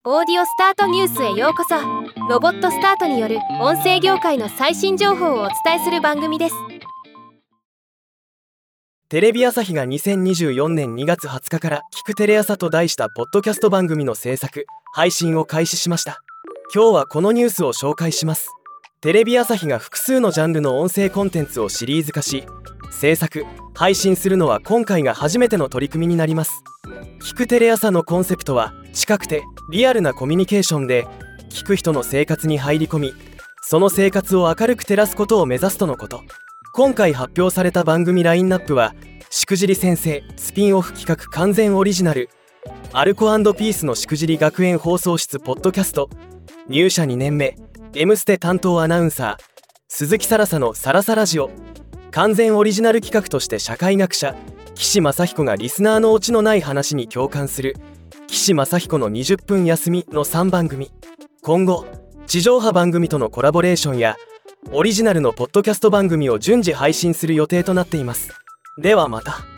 オーディオスタートニュースへようこそ。ロボットスタートによる音声業界の最新情報をお伝えする番組です。 テレビ朝日が2024年2月20日から聞くテレ朝と題したポッドキャスト番組の制作・配信を開始しました。今日はこのニュースを紹介します。テレビ朝日が複数のジャンルの音声コンテンツをシリーズ化し、制作・配信するのは今回が初めての取り組みになります。聞くテレ朝のコンセプトは、近くてリアルなコミュニケーションで聞く人の生活に入り込み、その生活を明るく照らすことを目指すとのこと。今回発表された番組ラインナップは、しくじり先生スピンオフ企画完全オリジナル、アルコ&ピースのしくじり学園放送室ポッドキャスト、入社2年目 M ステ担当アナウンサー鈴木さらさのサラサラジオ、完全オリジナル企画として社会学者岸正彦がリスナーのオチのない話に共感する岸正彦の20分休みの3番組。今後地上波番組とのコラボレーションやオリジナルのポッドキャスト番組を順次配信する予定となっています。ではまた。